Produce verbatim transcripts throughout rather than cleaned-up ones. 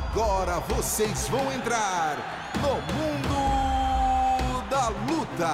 Agora vocês vão entrar no Mundo da Luta.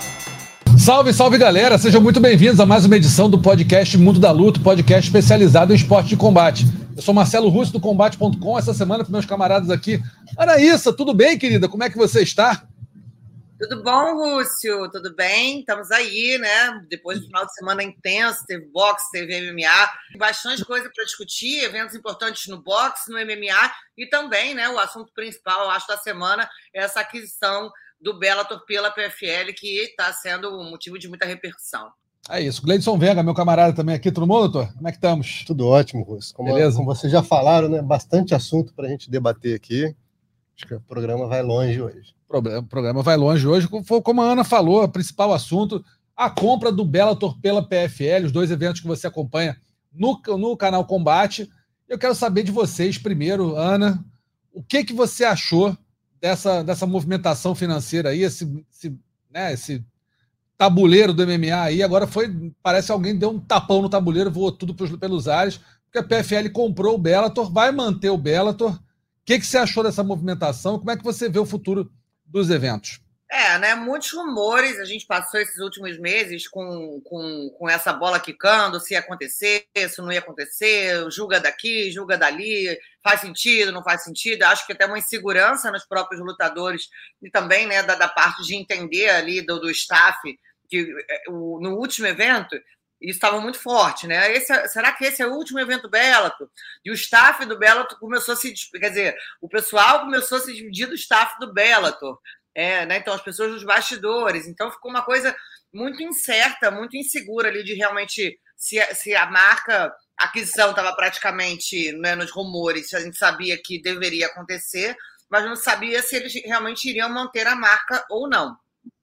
Salve, salve galera, sejam muito bem-vindos a mais uma edição do podcast Mundo da Luta, podcast especializado em esporte de combate. Eu sou Marcelo Russo do combate ponto com, essa semana com meus camaradas aqui. Anaísa, tudo bem, querida? Como é que você está? Tudo bom, Rússio? Tudo bem? Estamos aí, né? Depois do final de semana intenso, teve boxe, teve M M A, bastante coisa para discutir, eventos importantes no boxe, no M M A e também, né, o assunto principal, eu acho, da semana é essa aquisição do Bellator pela P F L, que está sendo um motivo de muita repercussão. É isso. Gleidson Venga, meu camarada também aqui. Tudo bom, doutor? Como é que estamos? Tudo ótimo, Russo. Como, Beleza? Como vocês já falaram, né? Bastante assunto para a gente debater aqui. Acho que o programa vai longe hoje. O programa vai longe hoje. Como a Ana falou, o principal assunto, a compra do Bellator pela P F L, os dois eventos que você acompanha no, no canal Combate. Eu quero saber de vocês primeiro, Ana, o que, que você achou dessa, dessa movimentação financeira aí, esse, esse, né, esse tabuleiro do M M A aí. Agora foi, parece que alguém deu um tapão no tabuleiro, voou tudo pelos, pelos ares, porque a P F L comprou o Bellator, vai manter o Bellator. O que, que você achou dessa movimentação? Como é que você vê o futuro dos eventos? É, né? Muitos rumores, a gente passou esses últimos meses com, com, com essa bola quicando, se ia acontecer, se não ia acontecer, julga daqui, julga dali, faz sentido, não faz sentido. Acho que até uma insegurança nos próprios lutadores e também, né, da, da parte de entender ali do, do staff, que o, no último evento isso estava muito forte, né? Esse, será que esse é o último evento Bellator? E o staff do Bellator começou a se... Quer dizer, o pessoal começou a se dividir do staff do Bellator. É, né? Então, as pessoas dos bastidores. Então, ficou uma coisa muito incerta, muito insegura ali de realmente se, se a marca, a aquisição estava praticamente, né, nos rumores, a gente sabia que deveria acontecer, mas não sabia se eles realmente iriam manter a marca ou não.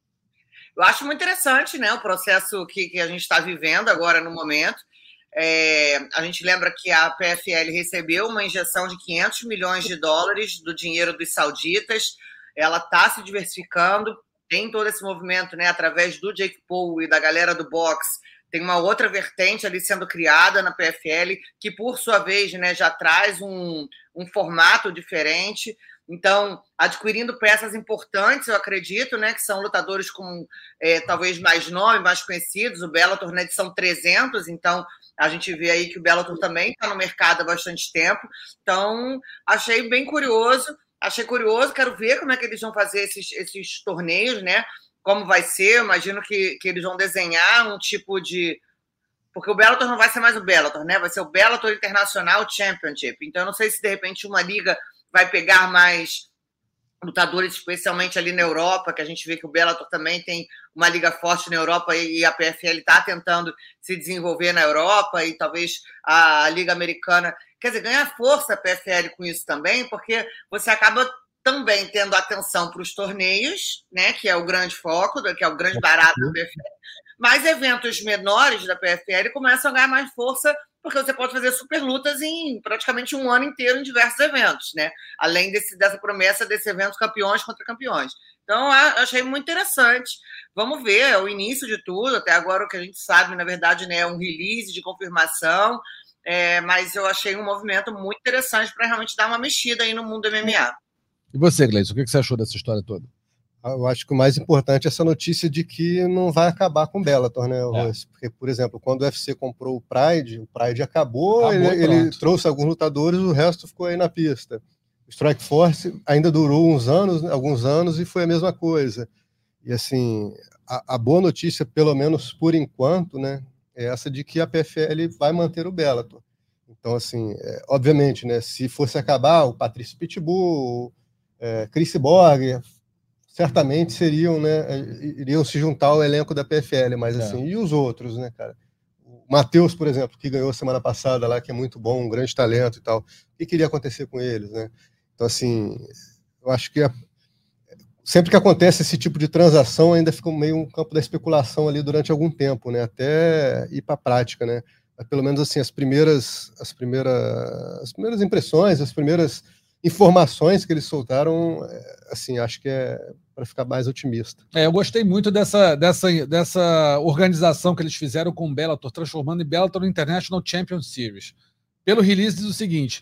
Eu acho muito interessante, né, o processo que, que a gente está vivendo agora no momento. É, a gente lembra que a P F L recebeu uma injeção de quinhentos milhões de dólares do dinheiro dos sauditas. Ela está se diversificando, tem todo esse movimento, né, através do Jake Paul e da galera do boxe. Tem uma outra vertente ali sendo criada na P F L, que, por sua vez, né, já traz um, um formato diferente. Então, adquirindo peças importantes, eu acredito, né, que são lutadores com é, talvez mais nome, mais conhecidos. O Bellator na edição trezentos, então a gente vê aí que o Bellator também está no mercado há bastante tempo. Então, achei bem curioso, achei curioso, quero ver como é que eles vão fazer esses, esses torneios, né, como vai ser. Eu imagino que, que eles vão desenhar um tipo de... Porque o Bellator não vai ser mais o Bellator, né, vai ser o Bellator International Championship. Então, eu não sei se, de repente, uma liga vai pegar mais lutadores, especialmente ali na Europa, que a gente vê que o Bellator também tem uma liga forte na Europa e a P F L está tentando se desenvolver na Europa e talvez a Liga Americana... Quer dizer, ganha força a P F L com isso também, porque você acaba também tendo atenção para os torneios, né, que é o grande foco, que é o grande barato da P F L, mas eventos menores da P F L começam a ganhar mais força, porque você pode fazer super lutas em praticamente um ano inteiro em diversos eventos, né? Além desse, dessa promessa desse evento campeões contra campeões. Então, achei muito interessante. Vamos ver, é o início de tudo. Até agora, o que a gente sabe, na verdade, né, é um release de confirmação, é, mas eu achei um movimento muito interessante para realmente dar uma mexida aí no mundo do M M A. E você, Gleison, o que você achou dessa história toda? Eu acho que o mais importante é essa notícia de que não vai acabar com o Bellator, né, é. Porque, por exemplo, quando o U F C comprou o Pride, o Pride acabou, acabou ele, ele trouxe alguns lutadores, o resto ficou aí na pista. O Strike Force ainda durou uns anos, alguns anos, e foi a mesma coisa. E, assim, a, a boa notícia, pelo menos por enquanto, né, é essa de que a P F L vai manter o Bellator. Então, assim, é, obviamente, né, se fosse acabar, o Patrício Pitbull, é, Chris Borg... certamente seriam, né, iriam se juntar ao elenco da P F L, mas assim, é. E os outros, né, cara? O Matheus, por exemplo, que ganhou semana passada lá, que é muito bom, um grande talento e tal, o que, que iria acontecer com eles, né? Então, assim, eu acho que a... sempre que acontece esse tipo de transação, ainda fica meio um campo da especulação ali durante algum tempo, né, até ir para a prática, né? Mas, pelo menos, assim, as primeiras, as primeiras, as primeiras impressões, as primeiras informações que eles soltaram, assim, acho que é para ficar mais otimista. É, eu gostei muito dessa, dessa, dessa organização que eles fizeram com o Bellator, transformando em Bellator International Champion Series. Pelo release diz o seguinte: o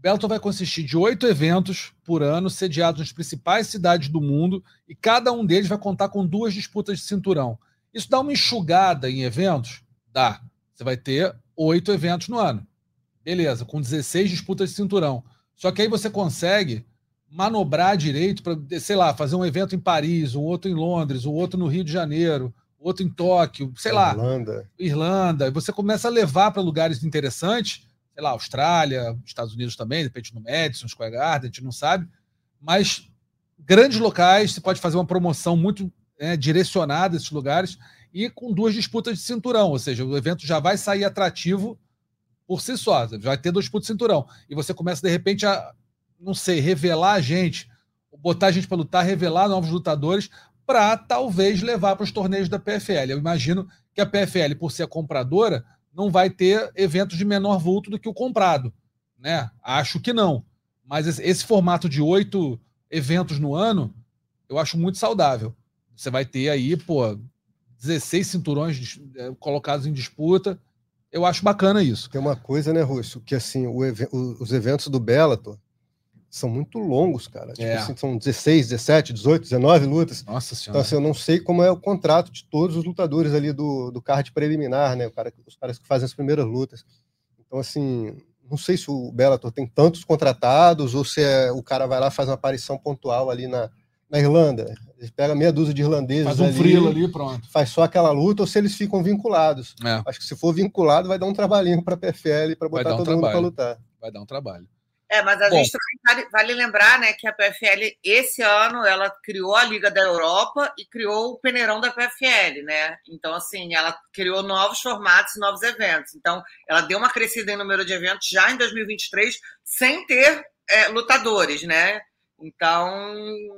Bellator vai consistir de oito eventos por ano, sediados nas principais cidades do mundo, e cada um deles vai contar com duas disputas de cinturão. Isso dá uma enxugada em eventos? Dá. Você vai ter oito eventos no ano. Beleza, com dezesseis disputas de cinturão. Só que aí você consegue manobrar direito para, sei lá, fazer um evento em Paris, um outro em Londres, um outro no Rio de Janeiro, outro em Tóquio, sei lá. Irlanda. Irlanda. E você começa a levar para lugares interessantes, sei lá, Austrália, Estados Unidos também, de repente no Madison Square Garden, a gente não sabe. Mas grandes locais, você pode fazer uma promoção muito é, direcionada a esses lugares e com duas disputas de cinturão, ou seja, o evento já vai sair atrativo por si só, vai ter duas disputas de cinturão. E você começa, de repente, a, não sei, revelar a gente, botar a gente para lutar, revelar novos lutadores para talvez levar para os torneios da P F L. Eu imagino que a P F L, por ser a compradora, não vai ter eventos de menor vulto do que o comprado, né? Acho que não. Mas esse, esse formato de oito eventos no ano, eu acho muito saudável. Você vai ter aí, pô, dezesseis cinturões é, colocados em disputa. Eu acho bacana isso. Tem uma coisa, né, Russo, que assim, o, o, os eventos do Bellator são muito longos, cara. Tipo é. assim, são dezesseis, dezessete, dezoito, dezenove lutas. Nossa Senhora. Então, assim, eu não sei como é o contrato de todos os lutadores ali do, do card preliminar, né? O cara, os caras que fazem as primeiras lutas. Então, assim, não sei se o Bellator tem tantos contratados ou se é, o cara vai lá e faz uma aparição pontual ali na, na Irlanda. Ele pega meia dúzia de irlandeses faz um ali, frilo ali, pronto. Faz só aquela luta, ou se eles ficam vinculados. É. Acho que se for vinculado, vai dar um trabalhinho para a P F L, para botar um todo trabalho. mundo para lutar. Vai dar um trabalho. É, mas a Bom, gente também vale, vale lembrar, né, que a P F L, esse ano, ela criou a Liga da Europa e criou o Peneirão da P F L, né? Então, assim, ela criou novos formatos e novos eventos. Então, ela deu uma crescida em número de eventos já em dois mil e vinte e três, sem ter é, lutadores, né? Então,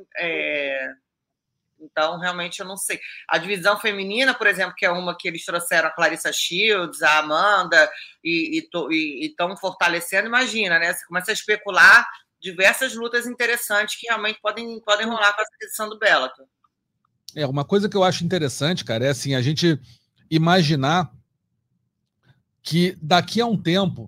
é... Então, realmente, eu não sei. A divisão feminina, por exemplo, que é uma que eles trouxeram a Clarissa Shields, a Amanda, e estão fortalecendo, imagina, né? Você começa a especular diversas lutas interessantes que realmente podem, podem rolar com essa edição do Bellator. É, uma coisa que eu acho interessante, cara, é assim, a gente imaginar que daqui a um tempo,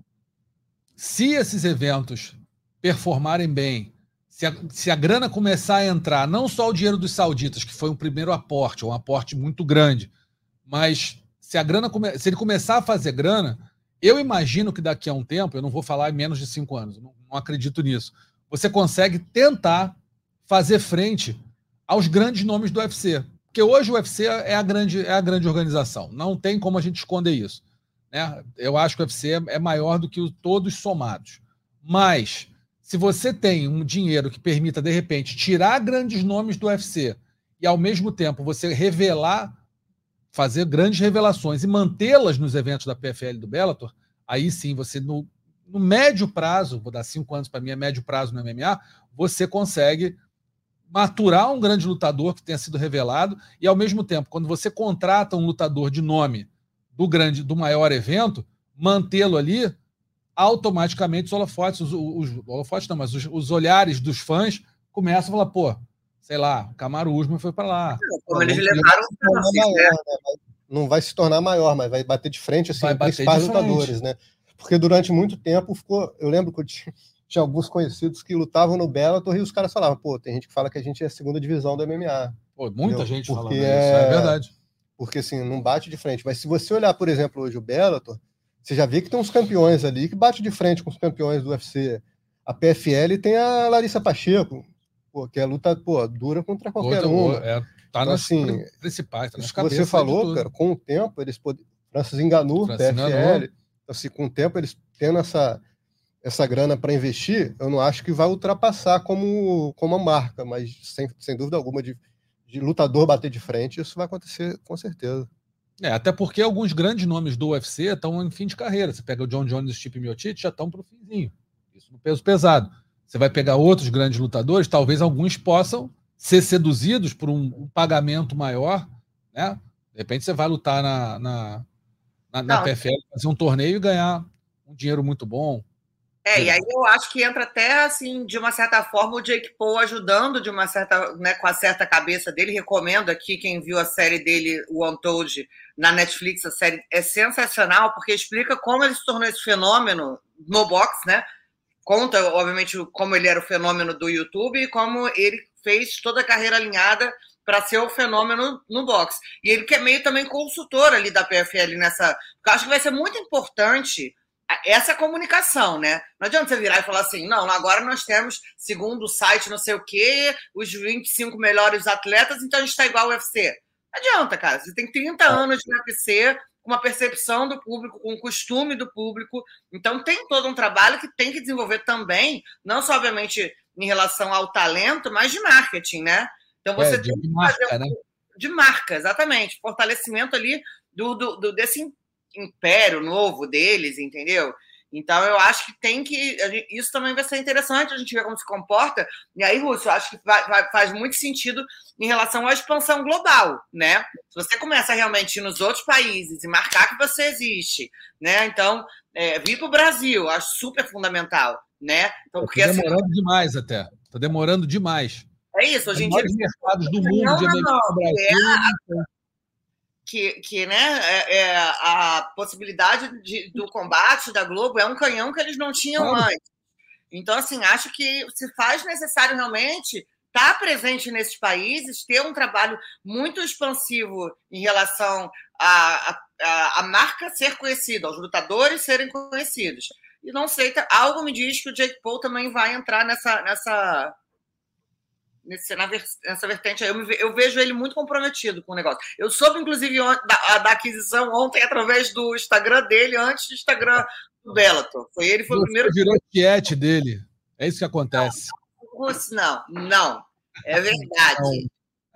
se esses eventos performarem bem, Se a, se a grana começar a entrar, não só o dinheiro dos sauditas, que foi um primeiro aporte, um aporte muito grande, mas se a grana come, se ele começar a fazer grana, eu imagino que daqui a um tempo, eu não vou falar em menos de cinco anos, não, não acredito nisso, você consegue tentar fazer frente aos grandes nomes do U F C. Porque hoje o U F C é a grande, é a grande organização, não tem como a gente esconder isso, né? Eu acho que o U F C é maior do que os, todos somados. Mas se você tem um dinheiro que permita, de repente, tirar grandes nomes do U F C e, ao mesmo tempo, você revelar, fazer grandes revelações e mantê-las nos eventos da P F L e do Bellator, aí sim, você, no, no médio prazo, vou dar cinco anos para mim, é médio prazo no M M A, você consegue maturar um grande lutador que tenha sido revelado e, ao mesmo tempo, quando você contrata um lutador de nome do, grande, do maior evento, mantê-lo ali, automaticamente os holofotes, os, os, os holofotes não, mas os, os olhares dos fãs começam a falar, pô, sei lá, o Kamaru Usman foi para lá. Como eles levaram o maior, né? Não vai se tornar maior, mas vai bater de frente assim, os principais lutadores, né? Porque durante muito tempo ficou. Eu lembro que eu tinha, tinha alguns conhecidos que lutavam no Bellator e os caras falavam, pô, tem gente que fala que a gente é a segunda divisão do M M A. Pô, muita entendeu? gente porque falando é... isso, é verdade. Porque assim, não bate de frente. Mas se você olhar, por exemplo, hoje o Bellator, você já vê que tem uns campeões ali que bate de frente com os campeões do U F C. A P F L tem a Larissa Pacheco, pô, que é luta pô, dura contra qualquer Outra, um. É, tá então, nas assim, principais, tá nas cabeças. Você falou, cara, com o tempo, eles podem. Francis Ngannou, P F L. Então, assim, com o tempo, eles tendo essa, essa grana para investir, eu não acho que vai ultrapassar como, como a marca, mas sem, sem dúvida alguma, de, de lutador bater de frente, isso vai acontecer com certeza. É, até porque alguns grandes nomes do U F C estão em fim de carreira. Você pega o John Jones e o Stipe Miocic, já estão para o finzinho. Isso no peso pesado. Você vai pegar outros grandes lutadores, talvez alguns possam ser seduzidos por um, um pagamento maior, né? De repente você vai lutar na, na, na, na P F L, fazer um torneio e ganhar um dinheiro muito bom. É, e aí eu acho que entra até, assim, de uma certa forma, o Jake Paul ajudando de uma certa, né, com a certa cabeça dele. Recomendo aqui, quem viu a série dele, o Untold, na Netflix, a série é sensacional, porque explica como ele se tornou esse fenômeno no boxe, né? conta, obviamente, como ele era o fenômeno do YouTube e como ele fez toda a carreira alinhada para ser o fenômeno no boxe. E ele que é meio também consultor ali da P F L nessa... Porque eu acho que vai ser muito importante essa comunicação, né? Não adianta você virar e falar assim, não, agora nós temos, segundo o site não sei o quê, os vinte e cinco melhores atletas, então a gente está igual ao U F C. Não adianta, cara. Você tem trinta anos de U F C, com uma percepção do público, com o costume do público. Então tem todo um trabalho que tem que desenvolver também, não só, obviamente, em relação ao talento, mas de marketing, né? Então você é, de tem que marca, fazer né? de marca, exatamente. Fortalecimento ali do, do, do, desse império novo deles, entendeu? Então, eu acho que tem que... Isso também vai ser interessante, a gente ver como se comporta. E aí, Rússio, eu acho que vai, vai, faz muito sentido em relação à expansão global, né? Se você começa realmente a ir nos outros países e marcar que você existe, né? Então, é, vir para o Brasil, acho super fundamental, né? Então, porque, tá demorando assim, demais até. Está demorando demais. É isso, hoje em dia... Os mercados do mundo de não, não, no Brasil... Que, que né, é, é, a possibilidade de, do combate da Globo é um canhão que eles não tinham claro. antes. Então, assim, acho que se faz necessário realmente estar presente nesses países, ter um trabalho muito expansivo em relação à a, a, a marca ser conhecida, aos lutadores serem conhecidos. E não sei, algo me diz que o Jake Paul também vai entrar nessa... nessa Nesse, nessa vertente aí, eu, me, eu vejo ele muito comprometido com o negócio. Eu soube, inclusive, da, da aquisição ontem através do Instagram dele, antes do Instagram do Bellator. Foi ele, foi Você o primeiro... virou tiete dele. É isso que acontece. Não, não, não. É verdade.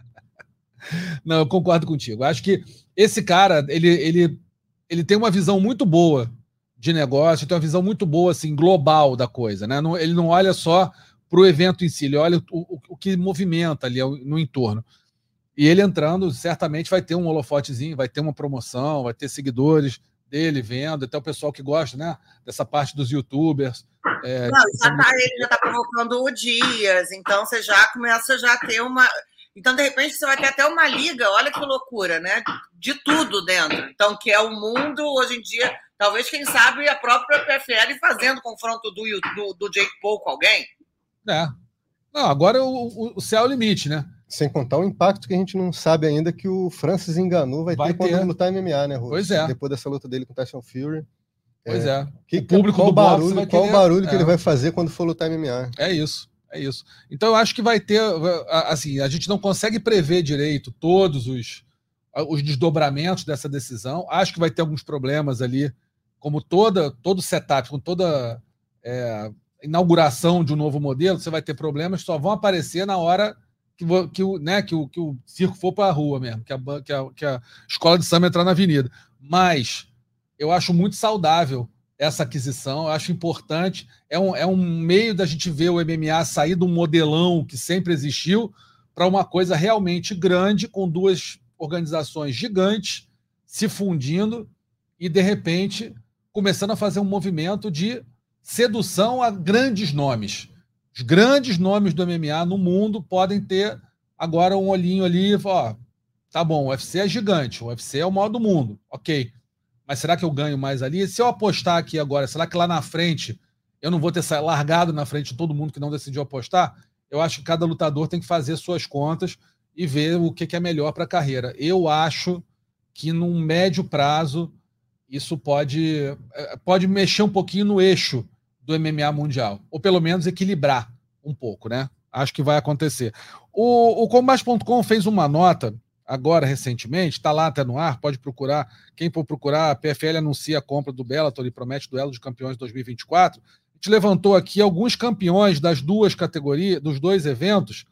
Não. não, eu concordo contigo. Acho que esse cara, ele, ele, ele tem uma visão muito boa de negócio, tem uma visão muito boa, assim, global da coisa, né? Não, ele não olha só para o evento em si, ele olha o, o, o que movimenta ali no entorno. E ele entrando, certamente vai ter um holofotezinho, vai ter uma promoção, vai ter seguidores dele vendo, até o pessoal que gosta, né, dessa parte dos youtubers. É, Não, já tá, ele já está provocando o Dias, então você já começa já a ter uma... Então, de repente, você vai ter até uma liga, olha que loucura, né? De tudo dentro. Então, que é o mundo, hoje em dia, talvez, quem sabe, a própria P F L fazendo confronto do, do, do Jake Paul com alguém. É. Não, agora o, o, o céu é o limite, né? Sem contar o impacto que a gente não sabe ainda que o Francis Ngannou vai, vai ter, ter quando lutar M M A, né, Rô? Pois é. Depois dessa luta dele com o Tyson Fury. Pois é. é. Que, o público qual do barulho, vai qual querer... barulho é. que ele vai fazer quando for lutar M M A? É isso, é isso. Então eu acho que vai ter, assim, a gente não consegue prever direito todos os, os desdobramentos dessa decisão. Acho que vai ter alguns problemas ali, como toda, todo setup, com toda... É, inauguração de um novo modelo, você vai ter problemas, só vão aparecer na hora que, que, o, né, que, o, que o circo for para a rua mesmo, que a, que, a, que a escola de samba entrar na avenida. Mas eu acho muito saudável essa aquisição, eu acho importante, é um, é um meio da gente ver o M M A sair de um modelão que sempre existiu para uma coisa realmente grande, com duas organizações gigantes se fundindo e, de repente, começando a fazer um movimento de sedução a grandes nomes. Os grandes nomes do M M A no mundo podem ter agora um olhinho ali e falar, ó, tá bom, o U F C é gigante, o U F C é o maior do mundo, ok, mas será que eu ganho mais ali? Se eu apostar aqui agora, será que lá na frente eu não vou ter largado na frente de todo mundo que não decidiu apostar? Eu acho que cada lutador tem que fazer suas contas e ver o que é melhor para a carreira. Eu acho que num médio prazo isso pode, pode mexer um pouquinho no eixo do M M A mundial, ou pelo menos equilibrar um pouco, né? Acho que vai acontecer. O, o Combate ponto com fez uma nota agora, recentemente, está lá até no ar, pode procurar, quem for procurar, a P F L anuncia a compra do Bellator e promete duelo de campeões dois mil e vinte e quatro. A gente levantou aqui alguns campeões das duas categorias, dos dois eventos,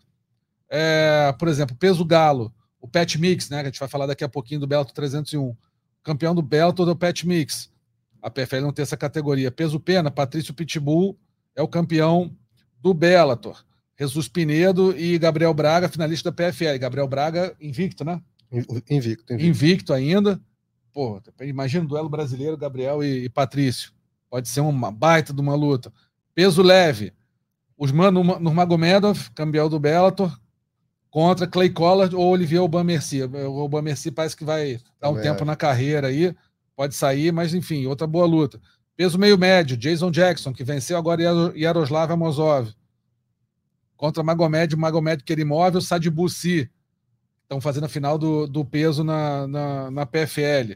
é, por exemplo, peso galo, o Pat Mix, né, que a gente vai falar daqui a pouquinho do Bellator trezentos e um, campeão do Bellator do Pat Mix. A P F L não tem essa categoria. Peso pena, Patrício Pitbull é o campeão do Bellator. Jesus Pinedo e Gabriel Braga, finalista da P F L. Gabriel Braga, invicto, né? Invicto, invicto. Invicto ainda. Pô, imagina o duelo brasileiro, Gabriel e, e Patrício. Pode ser uma baita de uma luta. Peso leve. Usman Nurmagomedov, campeão do Bellator, contra Clay Collard ou Olivier Aubin-Mercier. O Aubin-Mercier parece que vai dar um Também tempo é. na carreira aí. Pode sair, mas enfim, outra boa luta. Peso meio médio, Jason Jackson, que venceu agora Yaroslav Amosov. Contra Magomed, Magomed Kerimov e o Sadibou-Si. Estão fazendo a final do, do peso na, na, na P F L.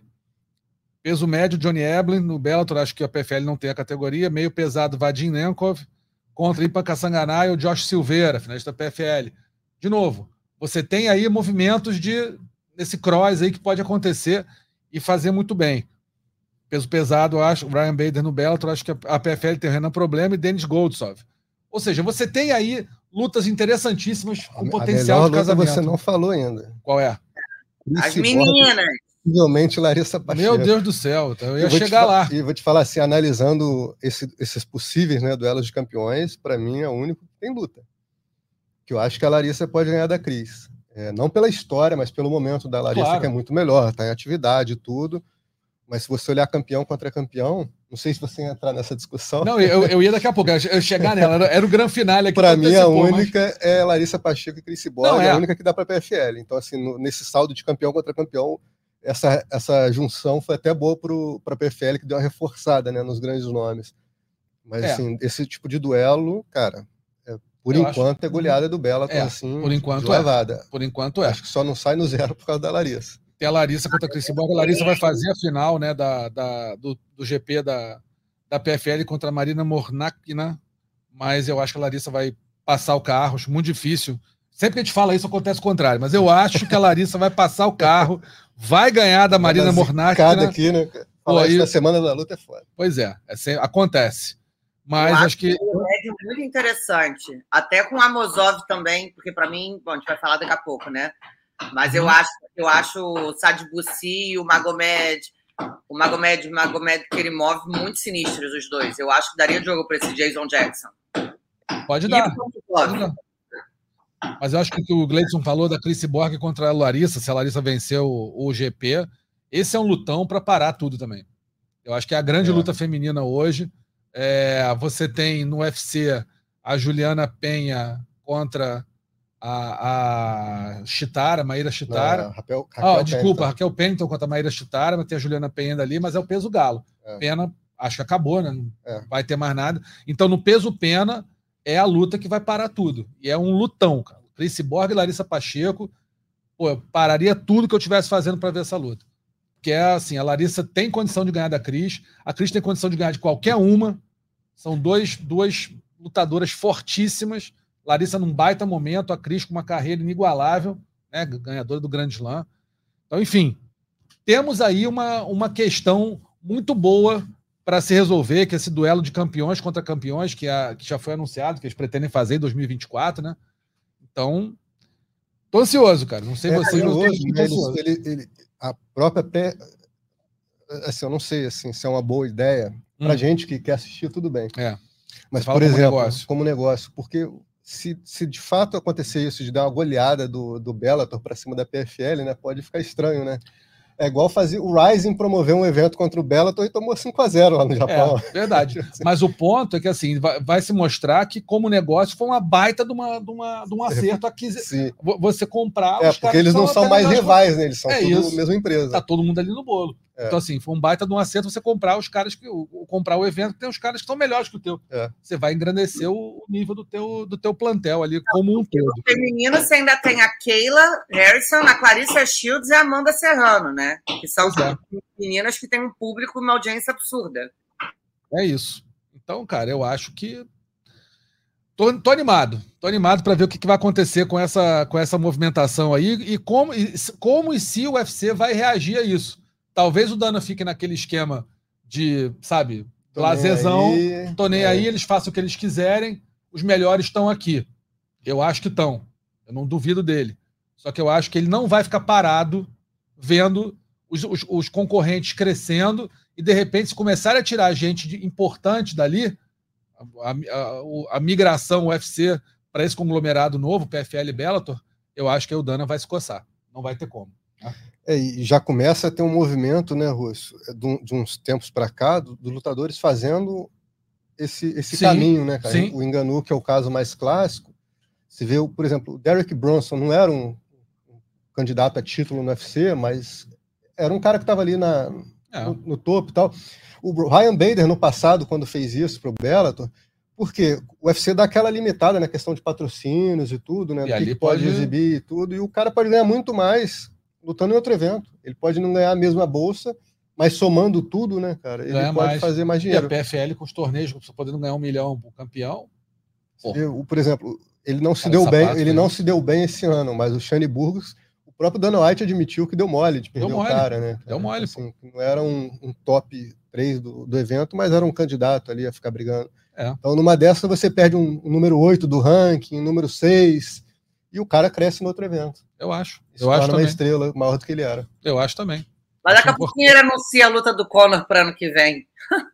Peso médio, Johnny Eblin, no Bellator, acho que a P F L não tem a categoria. Meio pesado, Vadim Nenkov. Contra Ipan Kasanganay e o Josh Silveira, finalista da P F L. De novo, você tem aí movimentos de nesse cross aí que pode acontecer e fazer muito bem. Peso pesado, eu acho, o Ryan Bader no Bellator, acho que a P F L tem o Renan Problema e Denis Goldsov. Ou seja, você tem aí lutas interessantíssimas com a, potencial a de casamento. Você não falou ainda. Qual é? As meninas. Possivelmente Larissa Pacheco. Meu Deus do céu, eu ia eu chegar lá. E vou te falar assim, analisando esse, esses possíveis, né, duelos de campeões, para mim é o único que tem luta. Que eu acho que a Larissa pode ganhar da Cris. É, não pela história, mas pelo momento da Larissa, claro, que é muito melhor, está em atividade e tudo. Mas se você olhar campeão contra campeão, não sei se você ia entrar nessa discussão. Não, eu, eu ia daqui a pouco, eu ia chegar nela, era, era o grande finale aqui. Para mim, a única mas... é Larissa Pacheco e Cris Borg, é a única que dá para a P F L. Então, assim, no, nesse saldo de campeão contra campeão, essa, essa junção foi até boa para a P F L, que deu uma reforçada, né, nos grandes nomes. Mas, é. assim, esse tipo de duelo, cara, é, por eu enquanto acho... é goleada do Bellator, é, assim, por enquanto de lavada. É. Por enquanto é. Acho que só não sai no zero por causa da Larissa. Tem a Larissa contra a Cris Borg. A Larissa vai fazer a final, né, da, da, do, do G P da, da P F L contra a Marina Mornakina, mas eu acho que a Larissa vai passar o carro, acho muito difícil. Sempre que a gente fala isso, acontece o contrário, mas eu acho que a Larissa vai passar o carro, vai ganhar da Marina Mornakina. Aqui, né? Falar isso na semana da luta é foda. Pois é, é sempre, acontece. Mas acho, acho que... É muito interessante, até com a Amosov também, porque para mim, bom, a gente vai falar daqui a pouco, né? Mas eu acho, eu acho o Sadibou-Si e o Magomed, o Magomed, Magomed Kerimov muito sinistros, os dois. Eu acho que daria jogo para esse Jason Jackson. Pode dar. Pode dar. Mas eu acho que o que o Gleison falou da Cris Borg contra a Larissa, se a Larissa venceu o, o G P, esse é um lutão para parar tudo também. Eu acho que é a grande é. luta feminina hoje. É, você tem no U F C a Juliana Penha contra a, a Chitara, Maíra Chitara. Não, Raquel, Raquel oh, desculpa, Pennington. Raquel Pennington contra a Maíra Chitara, mas tem a Juliana Penha ali, mas é o peso galo. É. Pena, acho que acabou, né? Não é. vai ter mais nada. Então, no peso pena, é a luta que vai parar tudo. E é um lutão, cara. Cris Borg e Larissa Pacheco, pô, eu pararia tudo que eu estivesse fazendo para ver essa luta. Porque é assim, a Larissa tem condição de ganhar da Cris, a Cris tem condição de ganhar de qualquer uma. São dois, duas lutadoras fortíssimas. Larissa num baita momento, a Cris com uma carreira inigualável, né, ganhadora do Grand Slam. Então, enfim, temos aí uma, uma questão muito boa para se resolver, que é esse duelo de campeões contra campeões, que, a, que já foi anunciado, que eles pretendem fazer em dois mil e vinte e quatro, né? Então, tô ansioso, cara. Não sei é, vocês, mas hoje, tô ansioso. Ele, ele, a própria... Pé, assim, eu não sei assim, se é uma boa ideia. Pra hum. gente que quer assistir, tudo bem. É. Mas, por exemplo, como negócio. como negócio, porque... Se, se de fato acontecer isso, de dar uma goleada do, do Bellator para cima da P F L, né, pode ficar estranho, né? É igual fazer o Rising promover um evento contra o Bellator e tomou cinco a zero lá no Japão. É, verdade. Mas o ponto é que assim, vai, vai se mostrar que como negócio foi uma baita de, uma, de, uma, de um acerto aqui. Você comprar... É, porque eles não são mais rivais, né? Eles são é tudo a mesma empresa. Tá todo mundo ali no bolo. É. Então, assim, foi um baita de um acerto você comprar os caras que. Comprar o evento que tem os caras que são melhores que o teu. É. Você vai engrandecer o nível do teu, do teu plantel ali, como um todo. No feminino, você ainda tem a Kayla Harrison, a Clarissa Shields e a Amanda Serrano, né? Que são é. meninas que têm um público e uma audiência absurda. É isso. Então, cara, eu acho que. Tô, tô animado. Tô animado para ver o que, que vai acontecer com essa, com essa movimentação aí e como, e como e se o U F C vai reagir a isso. Talvez o Dana fique naquele esquema de, sabe, lazerzão, tô nem aí, eles façam o que eles quiserem, os melhores estão aqui. Eu acho que estão. Eu não duvido dele. Só que eu acho que ele não vai ficar parado vendo os, os, os concorrentes crescendo e, de repente, se começarem a tirar gente de, importante dali, a, a, a migração U F C para esse conglomerado novo, P F L e Bellator, eu acho que aí o Dana vai se coçar. Não vai ter como. Tá? É, e já começa a ter um movimento, né, Russo, de, de uns tempos para cá, dos do lutadores fazendo esse, esse sim, caminho, né, cara? Sim. O Ngannou, que é o caso mais clássico, se vê, por exemplo, o Derek Brunson não era um, um candidato a título no U F C, mas era um cara que estava ali na, é. no, no topo e tal. O Ryan Bader, no passado, quando fez isso pro Bellator, porque o U F C dá aquela limitada na questão de patrocínios e tudo, né? E do ali que pode pode exibir e tudo, e o cara pode ganhar muito mais lutando em outro evento. Ele pode não ganhar a mesma bolsa, mas somando tudo, né, cara, ele ganha pode mais. fazer mais E a dinheiro. P F L com os torneios, só podendo ganhar um milhão por campeão. Eu, por exemplo, ele não se Cara, deu bem, sapato, ele né? não se deu bem esse ano, mas o Shane Burgos, o próprio Dana White admitiu que deu mole de perder Deu o mole. cara, né? Deu mole, assim, não era um, um top três do, do evento, mas era um candidato ali a ficar brigando. É. Então, numa dessas, você perde um, um número oito do ranking, um número seis, e o cara cresce no outro evento. Eu acho. Isso Eu acho torna uma também. estrela maior do que ele era. Eu acho também. Mas daqui a pouquinho ele anuncia a luta do Conor para ano que vem.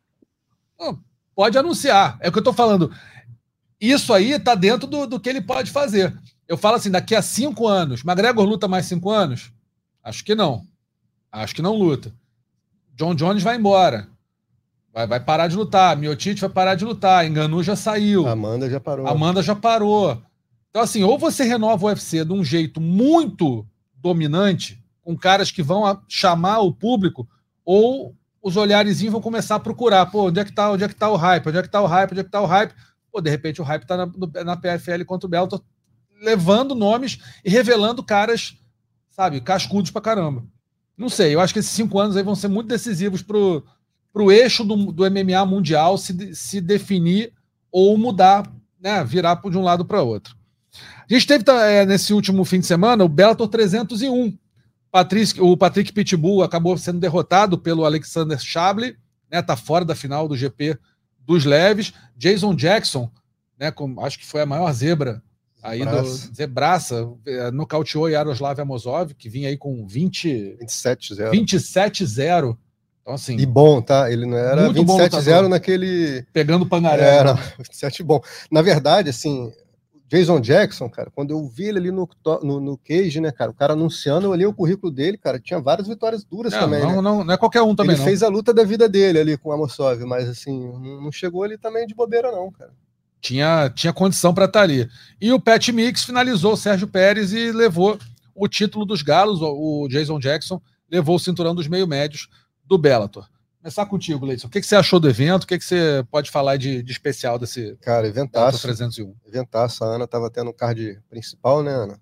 Não, pode anunciar. É o que eu tô falando. Isso aí tá dentro do, do que ele pode fazer. Eu falo assim, daqui a cinco anos, McGregor luta mais cinco anos? Acho que não. Acho que não luta. John Jones vai embora. Vai, vai parar de lutar. Miocic vai parar de lutar. Ngannou já saiu. Amanda já parou. Amanda já parou. Então, assim, ou você renova o U F C de um jeito muito dominante, com caras que vão a- chamar o público, ou os olharezinhos vão começar a procurar. Pô, onde é que tá, onde é que tá o hype? Onde é que tá o hype? Onde é que tá o hype? Pô, de repente o hype tá na, no- na P F L contra o Bellator, levando nomes e revelando caras, sabe, cascudos pra caramba. Não sei, eu acho que esses cinco anos aí vão ser muito decisivos pro, pro eixo do, do M M A mundial se, de- se definir ou mudar, né, virar de um lado para outro. A gente teve é, nesse último fim de semana o Bellator trezentos e um. Patrick, o Patrick Pitbull acabou sendo derrotado pelo Alexander Shabliy, né, tá fora da final do G P dos leves. Jason Jackson, né, com, acho que foi a maior zebra aí Zebraça. do Zebraça, é, nocauteou Yaroslav Amosov, que vinha aí com vinte, vinte e sete a zero. vinte e sete a zero. Então, assim, E bom, tá? Ele não era Muito bom vinte e sete a zero lutador. naquele... pegando pangaré. É, não, vinte e sete bom. Na verdade, assim, Jason Jackson, cara, quando eu vi ele ali no, to- no, no cage, né, cara, o cara anunciando, eu olhei o currículo dele, cara, tinha várias vitórias duras Não, também, não, né? não, não é qualquer um também, Ele não. fez a luta da vida dele ali com o Amosov, mas assim, não não chegou ali também de bobeira não, cara. Tinha, tinha condição para estar ali. E o Pat Mix finalizou o Sérgio Pérez e levou o título dos galos. O o Jason Jackson levou o cinturão dos meio-médios do Bellator. Começar contigo, Leidson. O que, que você achou do evento? O que, que você pode falar de, de especial desse Cara, Bellator eventaço, trezentos e um? eventaço, a Ana tava tendo o card principal, né, Ana?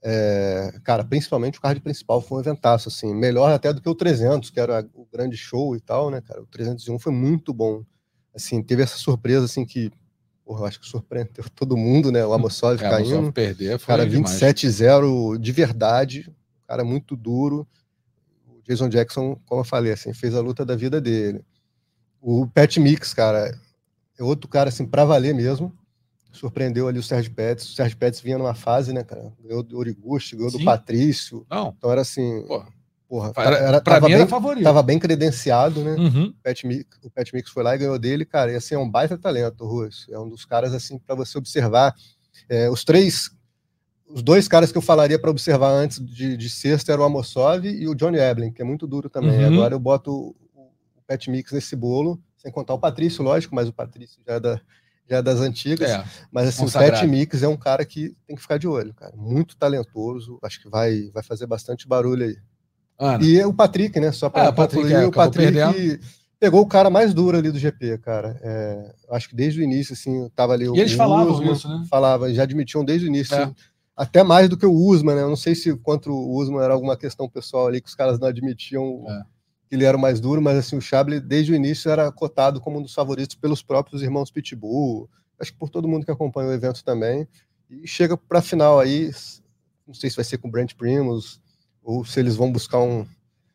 É, cara, principalmente o card principal foi um eventaço, assim, melhor até do que o trezentos, que era o grande show e tal, né, cara? O trezentos e um foi muito bom. Assim, teve essa surpresa, assim, que, porra, eu acho que surpreendeu todo mundo, né? O Amosov É, caindo. só perder foi Cara, demais. vinte e sete a zero de verdade, cara muito duro. O Jason Jackson, como eu falei, assim, fez a luta da vida dele. O Pat Mix, cara, é outro cara, assim, pra valer mesmo. Surpreendeu ali o Sérgio Pettis. O Sérgio Pettis vinha numa fase, né, cara? Ganhou do Origuchi, ganhou Sim. do Patrício. Não, Então era assim, pô, porra, era, era, pra tava, mim bem, era favorito. tava bem credenciado, né? Uhum. O Pat Mix, o Pat Mix foi lá e ganhou dele, cara. E assim, é um baita talento, Russo. É um dos caras, assim, pra você observar. É, os três, os dois caras que eu falaria pra observar antes de, de sexta eram o Amosov e o Johnny Eblen, que é muito duro também. Uhum. Agora eu boto o, o Pat Mix nesse bolo, sem contar o Patrício, lógico, mas o Patrício já é, da, já é das antigas. É, Mas assim, consagrado. o Pat Mix é um cara que tem que ficar de olho, cara. Muito talentoso, acho que vai, vai fazer bastante barulho aí. Ana, E o Patrick, né? Só para Ah, o Patrick, concluir, é, o acabou Patrick perdendo. pegou o cara mais duro ali do G P, cara. É, acho que desde o início, assim, tava ali o E eles falavam Usman, isso, né? Falavam, já admitiam desde o início, É. assim, até mais do que o Usman, né? Eu não sei se contra o Usman era alguma questão pessoal ali que os caras não admitiam É. que ele era o mais duro, mas assim, o Shabliy desde o início era cotado como um dos favoritos pelos próprios irmãos Pitbull, acho que por todo mundo que acompanha o evento também, e chega para a final aí, não sei se vai ser com o Brent Primus, ou se eles vão buscar um,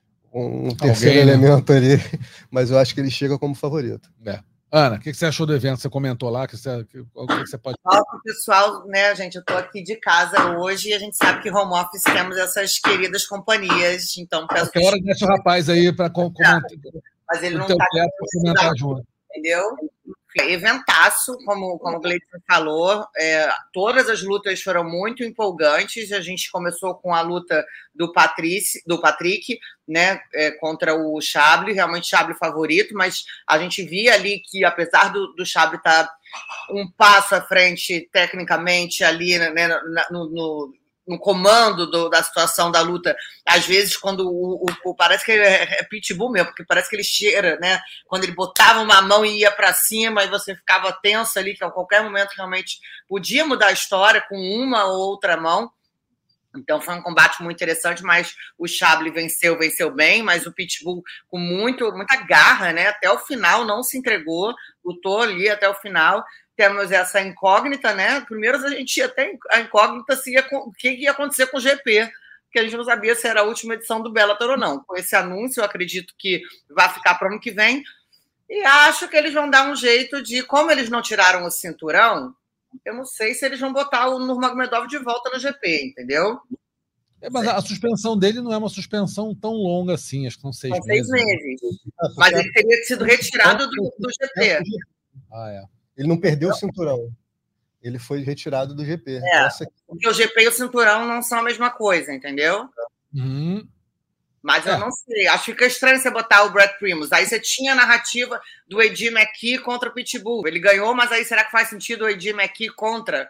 um terceiro Alguém, né? elemento ali, mas eu acho que ele chega como favorito. É. Ana, o que, que você achou do evento? Você comentou lá, que você, que, o que, que você pode... Fala pro pessoal, né, gente? Eu tô aqui de casa hoje e a gente sabe que home office temos essas queridas companhias, então peço Qualquer hora deixa o rapaz aí para comentar. mas ele O não teu tá teto pra comentar junto. entendeu? Eventaço, como, como o Gleison falou, é, todas as lutas foram muito empolgantes. A gente começou com a luta do, Patrice, do Patrick, né, é, contra o Shabliy, realmente Shabliy favorito, mas a gente via ali que, apesar do, do Shabliy estar um passo à frente tecnicamente ali, né, no, no, no comando do, da situação da luta. Às vezes, quando o, o, o parece que é, é pitbull mesmo, porque parece que ele cheira, né? Quando ele botava uma mão e ia para cima e você ficava tenso ali, que a qualquer momento realmente podia mudar a história com uma ou outra mão. Então foi um combate muito interessante, mas o Chable venceu, venceu bem, mas o Pitbull com muito, muita garra, né? Até o final não se entregou, lutou ali até o final. Temos essa incógnita, né? Primeiro a gente ia ter a incógnita se ia, o que ia acontecer com o G P, porque a gente não sabia se era a última edição do Bellator ou não. Com esse anúncio, eu acredito que vai ficar para o ano que vem. E acho que eles vão dar um jeito de, como eles não tiraram o cinturão, eu não sei se eles vão botar o Nurmagomedov de volta no G P, entendeu? É, mas a suspensão dele não é uma suspensão tão longa assim, acho que são seis são meses. Seis meses. Né? Mas ele teria sido retirado do, do G P. Ah, é. Ele não perdeu o cinturão. Ele foi retirado do G P. É, Essa... porque o G P e o cinturão não são a mesma coisa, entendeu? Uhum. Mas eu é. não sei. Acho que fica estranho você botar o Brad Primus. Aí você tinha a narrativa do Eddie McKee contra o Pitbull. Ele ganhou, mas aí será que faz sentido o Eddie McKee contra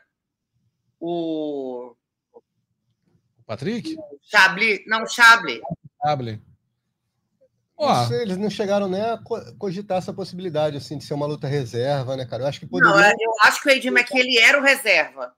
o... O Patrick? O Chable. Não, o Chable. Chable. Não sei, eles não chegaram nem a cogitar essa possibilidade assim, de ser uma luta reserva, né, cara? Eu acho que poderia... Não, eu acho que o Eddie McKee ele era o reserva.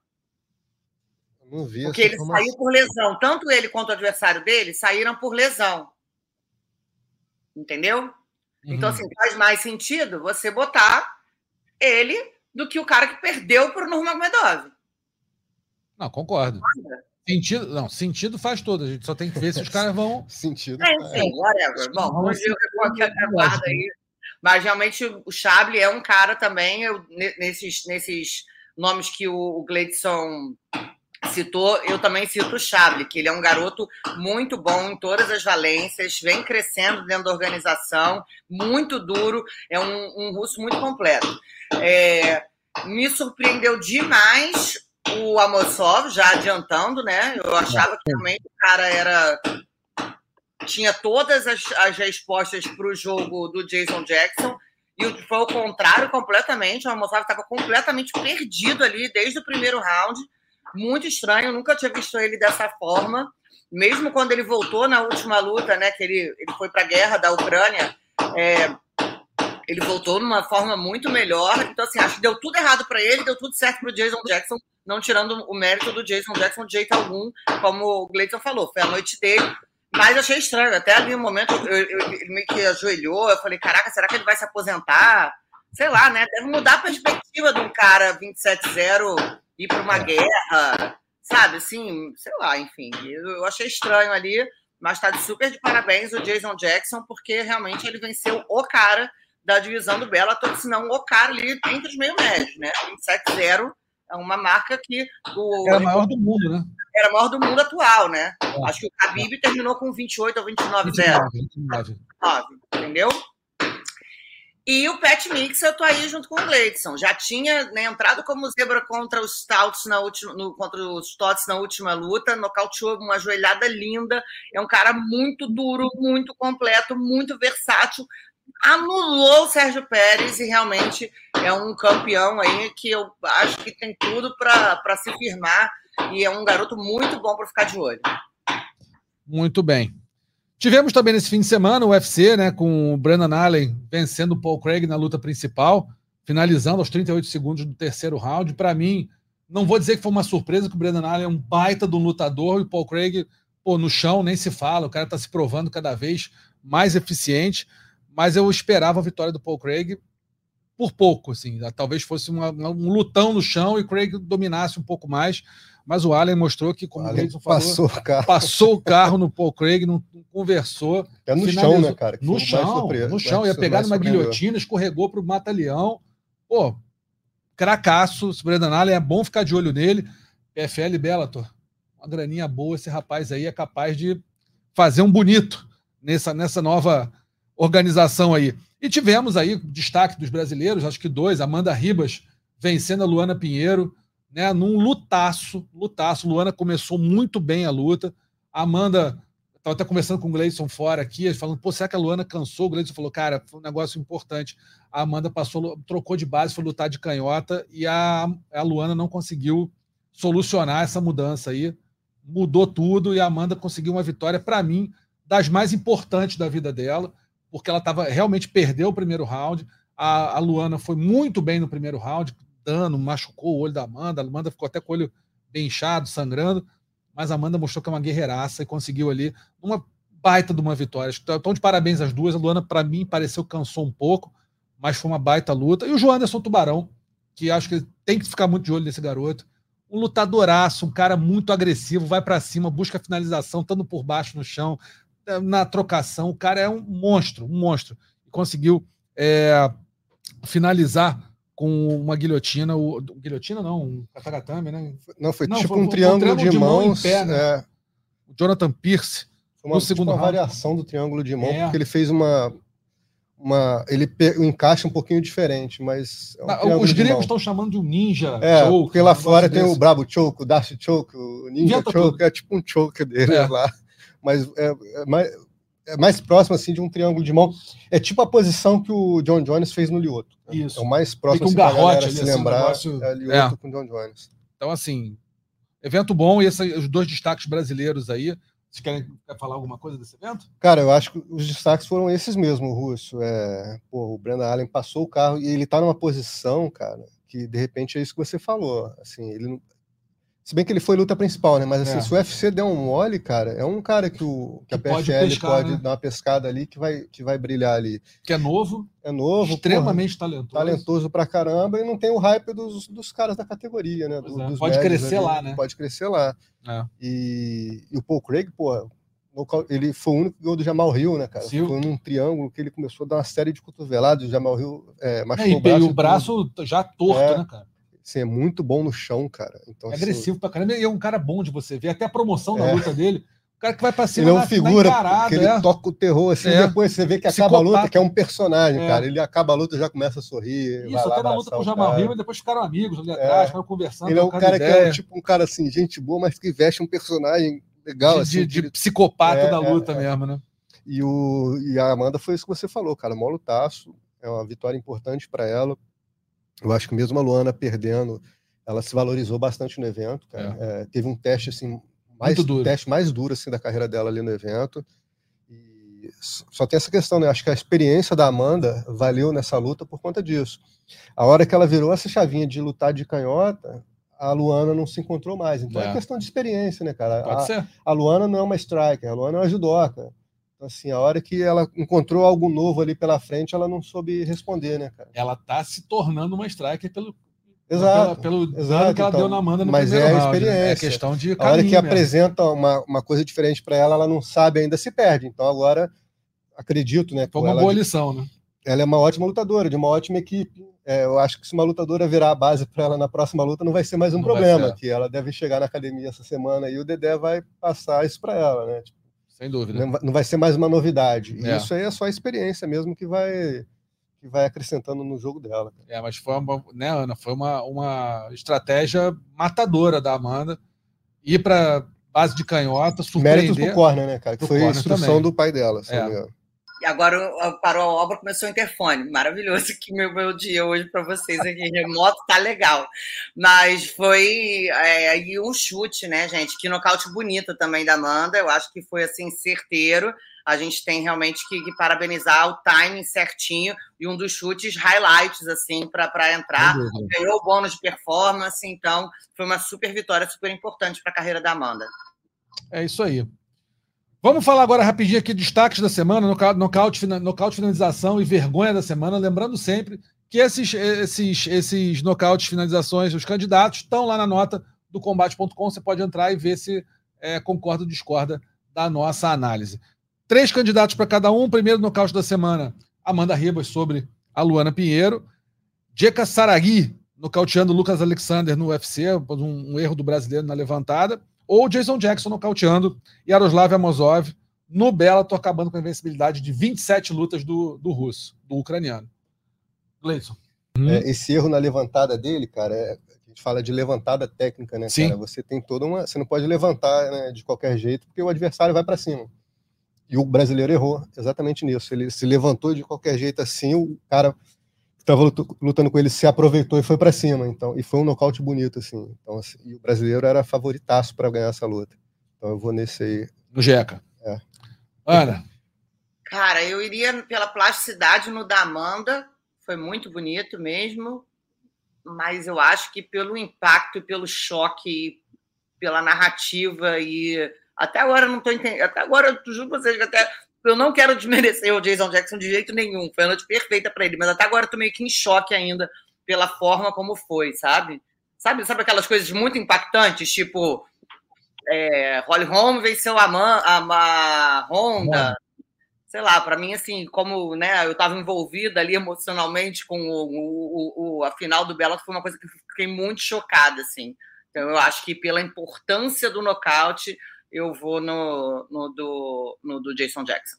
Eu não vi. Porque ele informação. saiu por lesão. Tanto ele quanto o adversário dele saíram por lesão. Entendeu? Uhum. Então, assim, faz mais sentido você botar ele do que o cara que perdeu para o Nurmagomedov. Não, concordo. Sentido, não, sentido faz todo. A gente só tem que ver se os caras vão. Sentido. É, sim, whatever. Bom, vamos ver o que aguarda aí. Mas realmente o Chable é um cara também, eu, nesses, nesses nomes que o, o Gleidson citou, eu também cito o Chable, que ele é um garoto muito bom em todas as valências, vem crescendo dentro da organização, muito duro, é um, um russo muito completo. É, me surpreendeu demais o Amosov, já adiantando, né? Eu achava que realmente o cara era... tinha todas as, as respostas para o jogo do Jason Jackson, e foi o contrário completamente. O Amosov estava completamente perdido ali desde o primeiro round. Muito estranho, eu nunca tinha visto ele dessa forma. Mesmo quando ele voltou na última luta, né? Que ele, ele foi para a guerra da Ucrânia, é, ele voltou numa forma muito melhor. Então, assim, acho que deu tudo errado para ele, deu tudo certo para o Jason Jackson, não tirando o mérito do Jason Jackson de jeito algum, como o Gleidson falou, foi a noite dele. Mas achei estranho, até ali no momento eu, eu, ele meio que ajoelhou, eu falei, caraca, será que ele vai se aposentar? Sei lá, né? Deve mudar a perspectiva de um cara vinte e sete a zero ir para uma guerra, sabe? Assim, sei lá, enfim. Eu, eu achei estranho ali, mas tá de super de parabéns o Jason Jackson, porque realmente ele venceu o cara da divisão do Bellator, se não o cara ali entre os meio médios, né? vinte e sete a zero é uma marca que... O, era a maior do mundo, né? Era a maior do mundo atual, né? É. Acho que o Khabib é. terminou com vinte e oito ou vinte e nove a zero. vinte e nove, entendeu? E o Pat Mix, eu tô aí junto com o Gleidson. Já tinha, né, entrado como zebra contra os Stouts na última, no, contra os Stouts na última luta, nocauteou uma joelhada linda. É um cara muito duro, muito completo, muito versátil. Anulou o Sérgio Pérez e realmente é um campeão aí que eu acho que tem tudo para se firmar. E é um garoto muito bom para ficar de olho. Muito bem. Tivemos também nesse fim de semana o U F C, né, com o Brandon Allen vencendo o Paul Craig na luta principal, finalizando aos trinta e oito segundos do terceiro round. Para mim, não vou dizer que foi uma surpresa, que o Brandon Allen é um baita de um lutador e o Paul Craig, pô, no chão nem se fala, o cara está se provando cada vez mais eficiente, mas eu esperava a vitória do Paul Craig por pouco, assim, talvez fosse uma, um lutão no chão e o Craig dominasse um pouco mais, mas o Allen mostrou que, como o Gleidson falou, passou o carro, passou o carro no Paul Craig, não, não conversou. É no finalizou. chão, né, cara? Que no chão, no chão, ia pegar numa guilhotina, escorregou para o mata-leão. Pô, cracaço, o Brandon Allen, é bom ficar de olho nele. P F L Bellator, uma graninha boa, esse rapaz aí é capaz de fazer um bonito nessa, nessa nova organização aí. E tivemos aí destaque dos brasileiros, acho que dois, Amanda Ribas vencendo a Luana Pinheiro, né, num lutaço, lutaço. Luana começou muito bem a luta. A Amanda, estava até conversando com o Gleidson fora aqui, falando, pô, será que a Luana cansou? O Gleidson falou, cara, foi um negócio importante. A Amanda passou, trocou de base, foi lutar de canhota e a, a Luana não conseguiu solucionar essa mudança aí. mudou tudo e a Amanda conseguiu uma vitória, para mim, das mais importantes da vida dela, porque ela tava, realmente perdeu o primeiro round. A, a Luana foi muito bem no primeiro round, dano, machucou o olho da Amanda. A Amanda ficou até com o olho bem inchado, sangrando, mas a Amanda mostrou que é uma guerreiraça e conseguiu ali uma baita de uma vitória. Então, de parabéns às duas. A Luana, para mim, pareceu que cansou um pouco, mas foi uma baita luta. E o Joanderson Tubarão, que acho que tem que ficar muito de olho nesse garoto. Um lutadoraço, um cara muito agressivo, vai para cima, busca a finalização, estando por baixo no chão, na trocação. O cara é um monstro, um monstro. E conseguiu é, finalizar com uma guilhotina. O, guilhotina não, um katagatame, né? Não, foi não, tipo foi, um, triângulo um triângulo de, de mãos. Mão em pé, né? É. O Jonathan Pierce. Foi uma, no segundo tipo uma round. variação do triângulo de mão, é. porque ele fez uma... Uma, ele o encaixe um pouquinho diferente, mas é um os gregos estão chamando de um ninja é, choke, porque lá fora tem desse. o brabo choke, o dash choke, o ninja Inventa choke, tudo. é tipo um choke dele é. lá, mas é, é, mais, é mais próximo assim de um triângulo de mão, é tipo a posição que o John Jones fez no Lyoto. Isso. É o mais próximo um assim, garrote ali, se assim, lembrar, um negócio... é Lyoto é. com John Jones. Então assim, evento bom, e esses, os dois destaques brasileiros aí. Vocês querem quer falar alguma coisa desse evento? Cara, eu acho que os destaques foram esses mesmo, Russo. É, pô, o Brandon Allen passou o carro e ele tá numa posição, cara, que de repente é isso que você falou. Assim, ele não... Se bem que ele foi luta principal, né? Mas assim, é. se o U F C der um mole, cara, é um cara que, o, que, que a P F L pode, pescar, pode né? dar uma pescada ali que vai, que vai brilhar ali. Que é novo. É novo. Extremamente porra, talentoso. Talentoso pra caramba e não tem o hype dos, dos caras da categoria, né? Do, é. dos Pode crescer ali, lá, né? Pode crescer lá. É. E, e o Paul Craig, pô... Ele foi o único que ganhou do Jamal Hill, né, cara? Sim. Foi num triângulo que ele começou a dar uma série de cotoveladas. O Jamal Hill é, machucou é, o braço. E o braço já torto, é, né, cara? Sim, é muito bom no chão, cara. Então, é agressivo assim, pra caramba. E é um cara bom de você ver. Até a promoção da é. luta dele. O cara que vai pra cima ele é um na, figura, na encarada, que ele é. toca o terror assim, é. depois você vê que Psicopata. acaba a luta, que é um personagem, é. cara. Ele acaba a luta e já começa a sorrir. Isso, até na luta com o Jamal Hill, e depois ficaram amigos ali atrás, ficaram conversando. Ele é um cara ideia. que é um, tipo um cara assim, gente boa, mas que veste um personagem legal. De, assim, de, de psicopata é, da luta é, mesmo, né? E, o, e a Amanda foi isso que você falou, cara. Mó lutaço, é uma vitória importante para ela. Eu acho que mesmo a Luana perdendo, ela se valorizou bastante no evento, cara. É. É, teve um teste assim, mais um teste mais duro assim da carreira dela ali no evento. E só tem essa questão, né? Acho que a experiência da Amanda valeu nessa luta por conta disso. A hora que ela virou essa chavinha de lutar de canhota, a Luana não se encontrou mais. Então é, é questão de experiência, né, cara? Pode a, ser. A Luana não é uma striker, a Luana é uma judoca. Então, assim, a hora que ela encontrou algo novo ali pela frente, ela não soube responder, né, cara? Ela tá se tornando uma striker pelo, exato, pela, pelo exato, dano que ela então, deu na Amanda no mas primeiro é a round, experiência. Né? É questão de a hora que mesmo. apresenta uma, uma coisa diferente para ela, ela não sabe ainda, se perde. Então agora, acredito, né? Foi uma ela, boa lição, né? Ela é uma ótima lutadora, de uma ótima equipe. É, eu acho que se uma lutadora virar a base para ela na próxima luta, não vai ser mais um não problema, que ela deve chegar na academia essa semana e o Dedé vai passar isso para ela, né? Tipo, sem dúvida. Não, não vai ser mais uma novidade. E é. isso aí é só a experiência mesmo que vai, que vai acrescentando no jogo dela. É, mas foi uma, né, Ana, foi uma, uma estratégia matadora da Amanda. Ir para base de canhota, surpreender. Méritos do Corner, né, cara? Que foi a instrução também. do pai dela. É. E agora parou a obra, começou o interfone. Maravilhoso que meu, meu dia hoje para vocês aqui remoto, tá legal. Mas foi é, aí um chute, né, gente? Que nocaute bonito também da Amanda. Eu acho que foi assim certeiro. A gente tem realmente que, que parabenizar o timing certinho e um dos chutes highlights assim para entrar. Ganhou o bônus de performance, então foi uma super vitória, super importante para a carreira da Amanda. É isso aí. Vamos falar agora rapidinho aqui destaques da semana, nocaute, nocaute, finalização e vergonha da semana. Lembrando sempre que esses, esses, esses nocautes, finalizações, os candidatos estão lá na nota do combate ponto com. Você pode entrar e ver se é, concorda ou discorda da nossa análise. Três candidatos para cada um. Primeiro nocaute da semana, Amanda Ribas sobre a Luana Pinheiro. Jeka Saragui nocauteando Lucas Alexander no U F C, um, um erro do brasileiro na levantada. Ou Jason Jackson nocauteando Yaroslav Amosov no Bellator, acabando com a invencibilidade de vinte e sete lutas do, do russo, do ucraniano. Gleison. É, esse erro na levantada dele, cara, é, a gente fala de levantada técnica, né, Sim. cara? Você tem toda uma... Você não pode levantar, né, de qualquer jeito, porque o adversário vai para cima. E o brasileiro errou exatamente nisso. Ele se levantou de qualquer jeito assim, o cara que estava lutando com ele se aproveitou e foi para cima. Então, e foi um nocaute bonito, assim. Então, assim, e o brasileiro era favoritaço para ganhar essa luta. Então eu vou nesse aí. No Jeca. É. Ana? Cara, eu iria pela plasticidade no da Amanda. Foi muito bonito mesmo. Mas eu acho que pelo impacto e pelo choque, pela narrativa e... Até agora eu não estou entendendo. Até agora eu juro pra vocês que até... Eu não quero desmerecer o Jason Jackson de jeito nenhum. Foi a noite perfeita para ele. Mas até agora eu tô meio que em choque ainda pela forma como foi, sabe? Sabe, sabe aquelas coisas muito impactantes? Tipo, é, Holly Holm venceu a, Man, a, a Honda. Sei lá, para mim, assim, como né, eu estava envolvida ali emocionalmente com o, o, o, a final do Bellator, foi uma coisa que eu fiquei muito chocada, assim. Então, eu acho que pela importância do nocaute, eu vou no, no, do, no do Jason Jackson.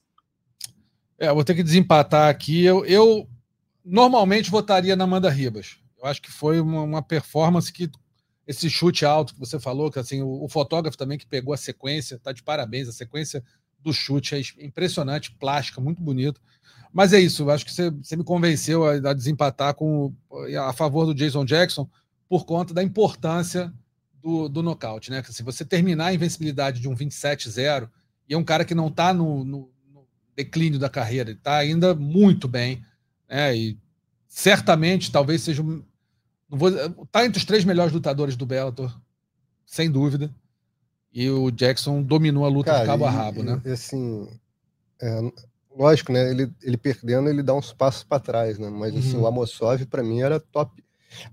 É, eu vou ter que desempatar aqui. Eu, eu normalmente votaria na Amanda Ribas. Eu acho que foi uma, uma performance que esse chute alto que você falou, que assim, o, o fotógrafo também que pegou a sequência, tá de parabéns, a sequência do chute é impressionante, plástica, muito bonito. Mas é isso, eu acho que você, você me convenceu a, a desempatar com, a favor do Jason Jackson por conta da importância do, do nocaute, né? Se você terminar a invencibilidade de um vinte e sete a zero, e é um cara que não está no, no, no declínio da carreira, ele está ainda muito bem, né? E certamente, talvez seja... Não vou, tá entre os três melhores lutadores do Bellator, sem dúvida. E o Jackson dominou a luta, cara, de cabo a rabo, e, né? E, assim, é, lógico, né? Ele, ele perdendo, ele dá uns passos para trás, né? Mas assim, uhum. o Amosov, para mim, era top.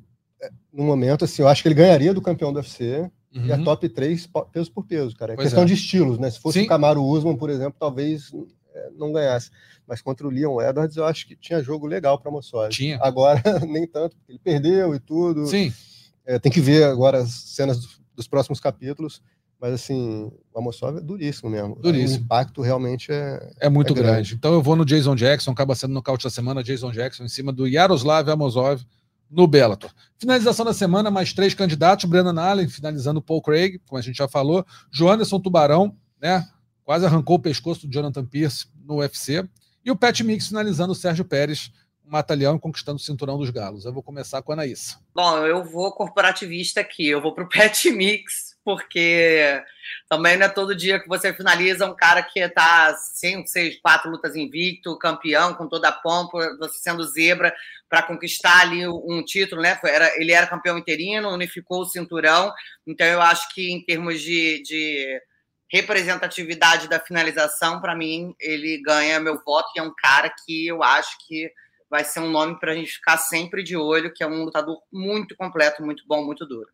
No momento, assim, eu acho que ele ganharia do campeão do U F C uhum. e é top três peso por peso, cara. É pois questão é. de estilos, né? Se fosse Sim. o Kamaru Usman, por exemplo, talvez é, não ganhasse. Mas contra o Leon Edwards, eu acho que tinha jogo legal para Amosov. Tinha. Agora, nem tanto, porque ele perdeu e tudo. Sim. É, tem que ver agora as cenas dos, dos próximos capítulos. Mas, assim, o Amosov é duríssimo mesmo. Duríssimo. O impacto realmente é... É muito é grande. grande. Então eu vou no Jason Jackson, acaba sendo nocaute da semana, Jason Jackson, em cima do Yaroslav Amosov no Bellator. Finalização da semana, mais três candidatos, Brennan Allen finalizando o Paul Craig, como a gente já falou, Joanderson Tubarão, né, quase arrancou o pescoço do Jonathan Pierce no U F C, e o Pat Mix finalizando o Sérgio Pérez, o Mata-Leão, conquistando o cinturão dos galos. Eu vou começar com a Anaísa. Bom, eu vou corporativista aqui, eu vou pro Pat Mix, porque também não é todo dia que você finaliza um cara que está cinco, seis, quatro lutas invicto, campeão, com toda a pompa, você sendo zebra, para conquistar ali um título, né? Era, ele era campeão interino, unificou o cinturão, então eu acho que em termos de, de representatividade da finalização, para mim, ele ganha meu voto, e é um cara que eu acho que vai ser um nome para a gente ficar sempre de olho, que é um lutador muito completo, muito bom, muito duro.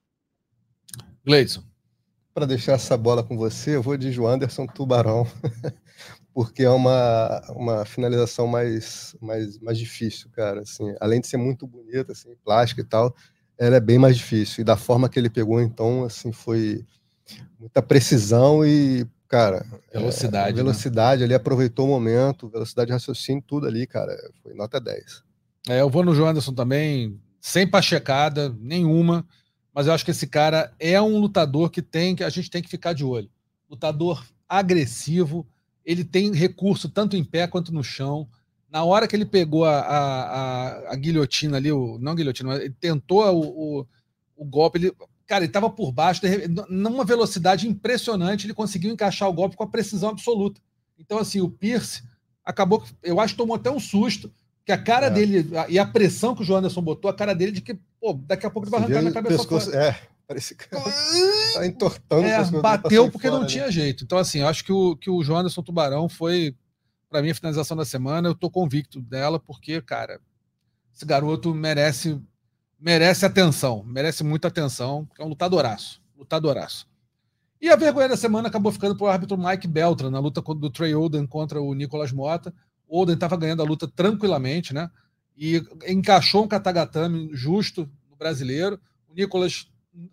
Gleison. Para deixar essa bola com você, eu vou de Joanderson Tubarão, porque é uma, uma finalização mais, mais, mais difícil, cara. Assim, além de ser muito bonita, assim, plástica e tal, ela é bem mais difícil. E da forma que ele pegou, então, assim, foi muita precisão e, cara... Velocidade. É, velocidade, né? Ele aproveitou o momento, velocidade de raciocínio, tudo ali, cara. Foi nota dez. É, eu vou no Joanderson também, sem pachecada nenhuma. Mas eu acho que esse cara é um lutador que tem que a gente tem que ficar de olho. Lutador agressivo, ele tem recurso tanto em pé quanto no chão. Na hora que ele pegou a, a, a, a guilhotina ali, o, não a guilhotina, mas ele tentou o, o, o golpe, ele, cara, ele estava por baixo, numa velocidade impressionante, ele conseguiu encaixar o golpe com a precisão absoluta. Então, assim, o Pierce acabou, eu acho que tomou até um susto, que a cara é. dele, a, e a pressão que o Joanderson botou, a cara dele de que, pô, daqui a pouco ele vai arrancar na cabeça pescoço, fora. É, parece que tá entortando. É, bateu porque fora, não né? tinha jeito. Então, assim, eu acho que o, que o Joanderson Tubarão foi, para mim, a finalização da semana. Eu tô convicto dela, porque, cara, esse garoto merece, merece atenção, merece muita atenção, é um lutadoraço, lutadoraço. E a vergonha da semana acabou ficando pro árbitro Mike Beltran, na luta do Trey Olden contra o Nicolas Mota. O Olden estava ganhando a luta tranquilamente, né? E encaixou um katagatame justo no brasileiro. O Nicolas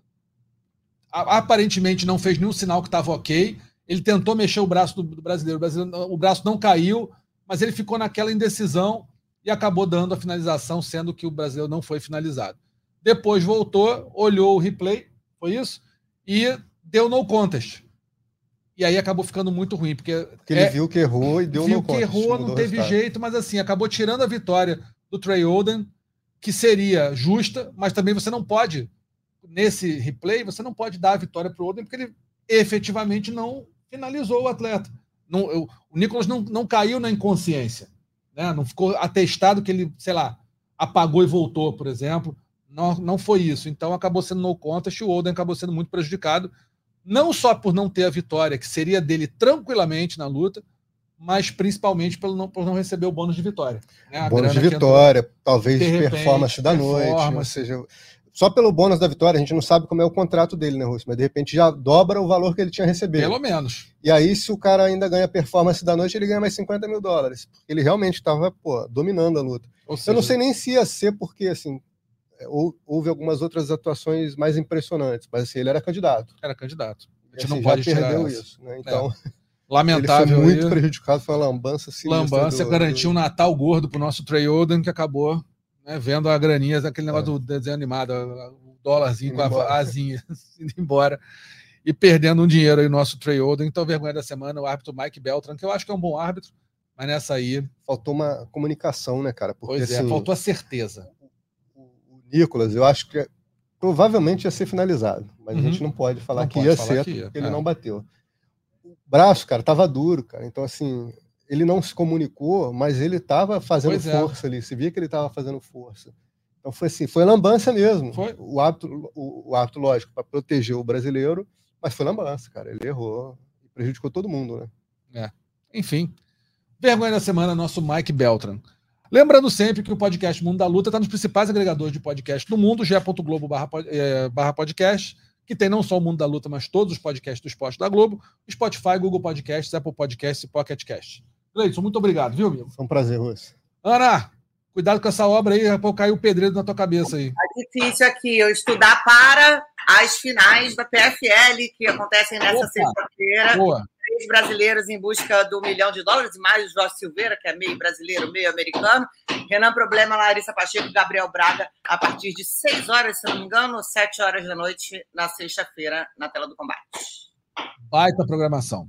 aparentemente não fez nenhum sinal que estava ok. Ele tentou mexer o braço do, do brasileiro. O brasileiro. O braço não caiu, mas ele ficou naquela indecisão e acabou dando a finalização, sendo que o brasileiro não foi finalizado. Depois voltou, olhou o replay, foi isso? E deu no contest. E aí acabou ficando muito ruim, porque... porque ele é, viu que errou e deu no contest. Viu que errou, não teve jeito, mas assim, acabou tirando a vitória do Trey Olden, que seria justa, mas também você não pode, nesse replay, você não pode dar a vitória para o Olden, porque ele efetivamente não finalizou o atleta. Não, eu, o Nicolas não, não caiu na inconsciência, né? Não ficou atestado que ele, sei lá, apagou e voltou, por exemplo. Não, não foi isso. Então acabou sendo no contest, o Holden acabou sendo muito prejudicado, não só por não ter a vitória, que seria dele tranquilamente na luta, mas principalmente por não, por não receber o bônus de vitória. Né? A bônus de vitória, entrou, talvez de repente, performance da performance. noite, ou seja, só pelo bônus da vitória, a gente não sabe como é o contrato dele, né, Russo? Mas de repente já dobra o valor que ele tinha recebido. Pelo menos. E aí, se o cara ainda ganha performance da noite, ele ganha mais cinquenta mil dólares. Porque ele realmente estava, pô, dominando a luta. Ou seja, eu não sei nem se ia ser, porque, assim, houve algumas outras atuações mais impressionantes, mas assim, ele era candidato. Era candidato. A gente assim, não pode tirar perdeu isso, né? Então, é. Lamentável. Ele foi muito aí. prejudicado, foi uma lambança sinistra. Lambança do, garantiu do... um Natal gordo pro nosso Trey Holden, que acabou, né, vendo a graninha, aquele negócio é. do desenho animado, o dólarzinho indo com embora. A asinha indo embora e perdendo um dinheiro aí no nosso Trey Holden. Então, vergonha da semana, o árbitro Mike Beltran, que eu acho que é um bom árbitro, mas nessa aí... Faltou uma comunicação, né, cara? Porque, pois é, assim, faltou a certeza. O, o Nicolas, eu acho que provavelmente ia ser finalizado, mas uhum. a gente não pode falar não que pode ia falar ser, que ia. porque ele é. não bateu. O braço, cara, tava duro, cara. Então, assim, ele não se comunicou, mas ele tava fazendo pois força é. ali. Você via que ele tava fazendo força. Então, foi assim, foi lambança mesmo. Foi. O árbitro, o, o árbitro, lógico, para proteger o brasileiro, mas foi lambança, cara. Ele errou e prejudicou todo mundo, né? É. Enfim. Vergonha da semana, nosso Mike Beltran. Lembrando sempre que o podcast Mundo da Luta está nos principais agregadores de podcast do mundo, ge ponto globo barra podcast, que tem não só o Mundo da Luta, mas todos os podcasts do esporte da Globo, Spotify, Google Podcasts, Apple Podcasts e Pocket Cast. Gleidson, muito obrigado, viu, amigo? Foi um prazer, Russo. Ana, cuidado com essa obra aí, para cair o pedreiro na tua cabeça aí. É difícil aqui eu estudar para as finais da P F L, que acontecem nessa sexta-feira. Boa. Três brasileiros em busca do milhão de dólares, mais o Jorge Silveira, que é meio brasileiro, meio americano. Renan Problema, Larissa Pacheco e Gabriel Braga, a partir de seis horas, se não me engano, sete horas da noite, na sexta-feira, na tela do combate. Baita programação.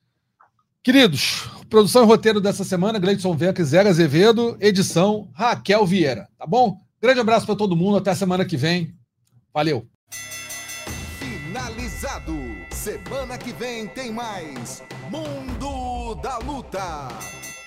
Queridos, produção e roteiro dessa semana, Gleidson Venca e Zé Azevedo, edição Raquel Vieira, tá bom? Grande abraço para todo mundo, até a semana que vem. Valeu! Finalizado. Semana que vem tem mais Mundo da Luta.